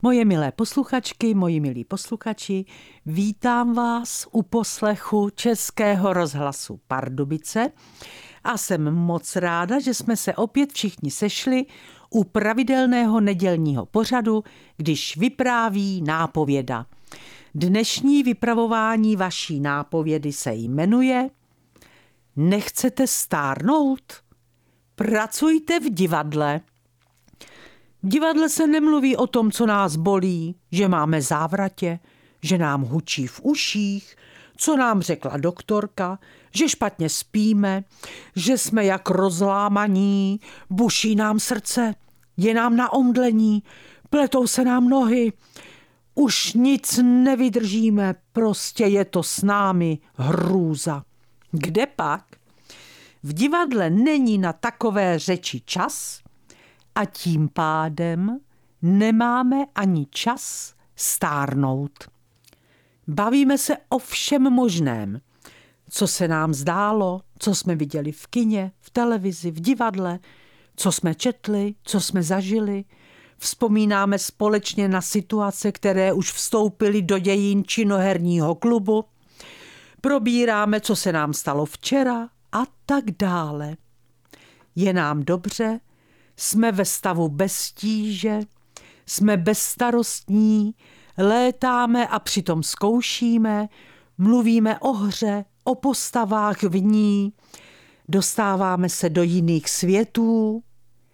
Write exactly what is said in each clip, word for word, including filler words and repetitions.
Moje milé posluchačky, moji milí posluchači, vítám vás u poslechu Českého rozhlasu Pardubice a jsem moc ráda, že jsme se opět všichni sešli u pravidelného nedělního pořadu, když vypráví nápověda. Dnešní vypravování vaší nápovědy se jmenuje Nechcete stárnout? Pracujte v divadle. V divadle se nemluví o tom, co nás bolí, že máme závratě, že nám hučí v uších, co nám řekla doktorka, že špatně spíme, že jsme jak rozlámaní, buší nám srdce, je nám na omdlení, pletou se nám nohy. Už nic nevydržíme, prostě je to s námi hrůza. Kde pak? V divadle není na takové řeči čas a tím pádem nemáme ani čas stárnout. Bavíme se o všem možném, co se nám zdálo, co jsme viděli v kině, v televizi, v divadle, co jsme četli, co jsme zažili. Vzpomínáme společně na situace, které už vstoupily do dějin činoherního klubu. Probíráme, co se nám stalo včera a tak dále. Je nám dobře, jsme ve stavu bez tíže, jsme bezstarostní, létáme a přitom zkoušíme, mluvíme o hře, o postavách v ní, dostáváme se do jiných světů.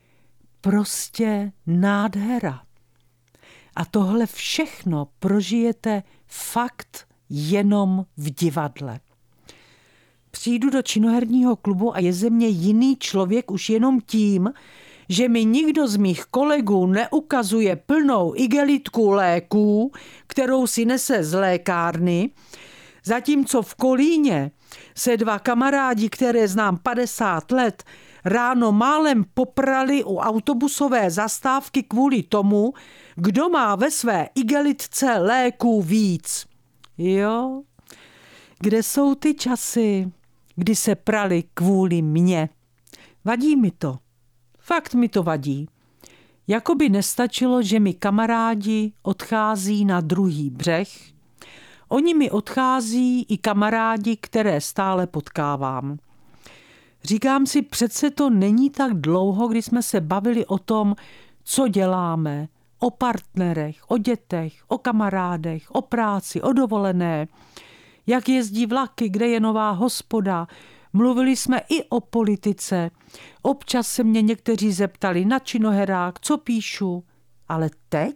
Prostě nádhera. A tohle všechno prožijete fakt jenom v divadle. Přijdu do činoherního klubu a je ze mě jiný člověk už jenom tím, že mi nikdo z mých kolegů neukazuje plnou igelitku léků, kterou si nese z lékárny, zatímco v Kolíně se dva kamarádi, které znám padesát let, ráno málem poprali u autobusové zastávky kvůli tomu, kdo má ve své igelitce léků víc. Jo, kde jsou ty časy, kdy se prali kvůli mně? Vadí mi to. Fakt mi to vadí. Jakoby nestačilo, že mi kamarádi odchází na druhý břeh. Oni mi odchází i kamarádi, které stále potkávám. Říkám si, přece to není tak dlouho, kdy jsme se bavili o tom, co děláme, o partnerech, o dětech, o kamarádech, o práci, o dovolené, jak jezdí vlaky, kde je nová hospoda. Mluvili jsme i o politice. Občas se mě někteří zeptali na činoherák, co píšu. Ale teď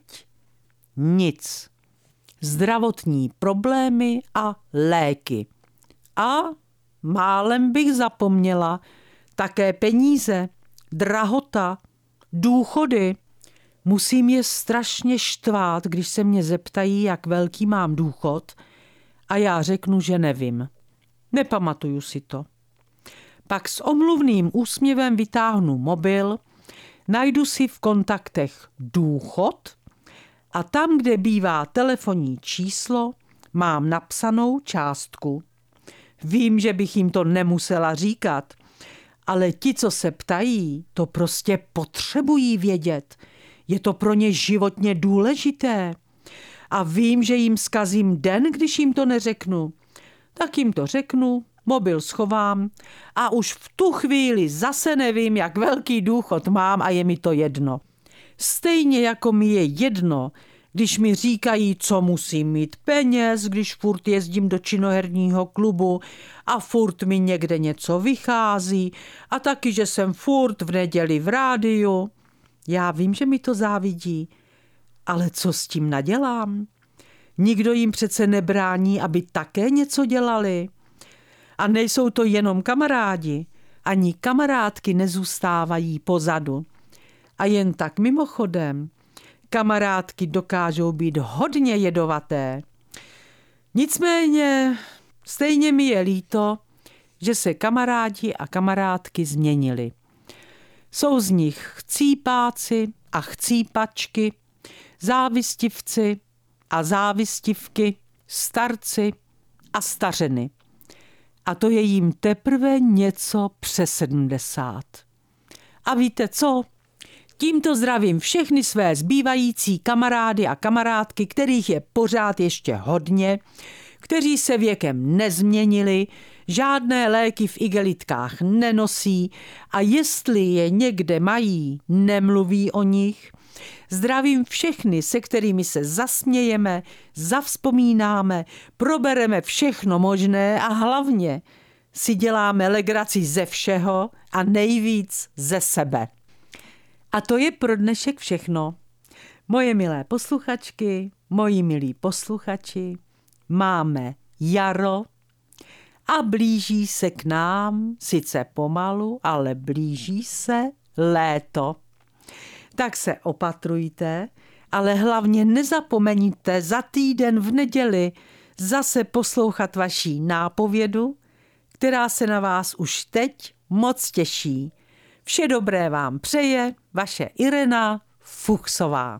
nic. Zdravotní problémy a léky. A málem bych zapomněla také peníze, drahota, důchody. Musím je strašně štvát, když se mě zeptají, jak velký mám důchod, a já řeknu, že nevím. Nepamatuju si to. Pak s omluvným úsměvem vytáhnu mobil, najdu si v kontaktech důchod a tam, kde bývá telefonní číslo, mám napsanou částku. Vím, že bych jim to nemusela říkat, ale ti, co se ptají, to prostě potřebují vědět. Je to pro ně životně důležité. A vím, že jim zkazím den, když jim to neřeknu. Tak jim to řeknu, mobil schovám a už v tu chvíli zase nevím, jak velký důchod mám a je mi to jedno. Stejně jako mi je jedno, když mi říkají, co musím mít peněz, když furt jezdím do činoherního klubu a furt mi někde něco vychází a taky, že jsem furt v neděli v rádiu. Já vím, že mi to závidí, ale co s tím nadělám? Nikdo jim přece nebrání, aby také něco dělali. A nejsou to jenom kamarádi, ani kamarádky nezůstávají pozadu. A jen tak mimochodem, kamarádky dokážou být hodně jedovaté. Nicméně stejně mi je líto, že se kamarádi a kamarádky změnili. Jsou z nich chcípáci a chcípačky, závistivci a závistivky, starci a stařeny. A to je jim teprve něco přes sedmdesát. A víte co? Tímto zdravím všechny své zbývající kamarády a kamarádky, kterých je pořád ještě hodně, kteří se věkem nezměnili, žádné léky v igelitkách nenosí a jestli je někde mají, nemluví o nich. Zdravím všechny, se kterými se zasmějeme, zavzpomínáme, probereme všechno možné a hlavně si děláme legraci ze všeho a nejvíc ze sebe. A to je pro dnešek všechno. Moje milé posluchačky, moji milí posluchači, máme jaro a blíží se k nám, sice pomalu, ale blíží se léto. Tak se opatrujte, ale hlavně nezapomeňte za týden v neděli zase poslouchat vaší nápovědu, která se na vás už teď moc těší. Vše dobré vám přeje vaše Irena Fuchsová.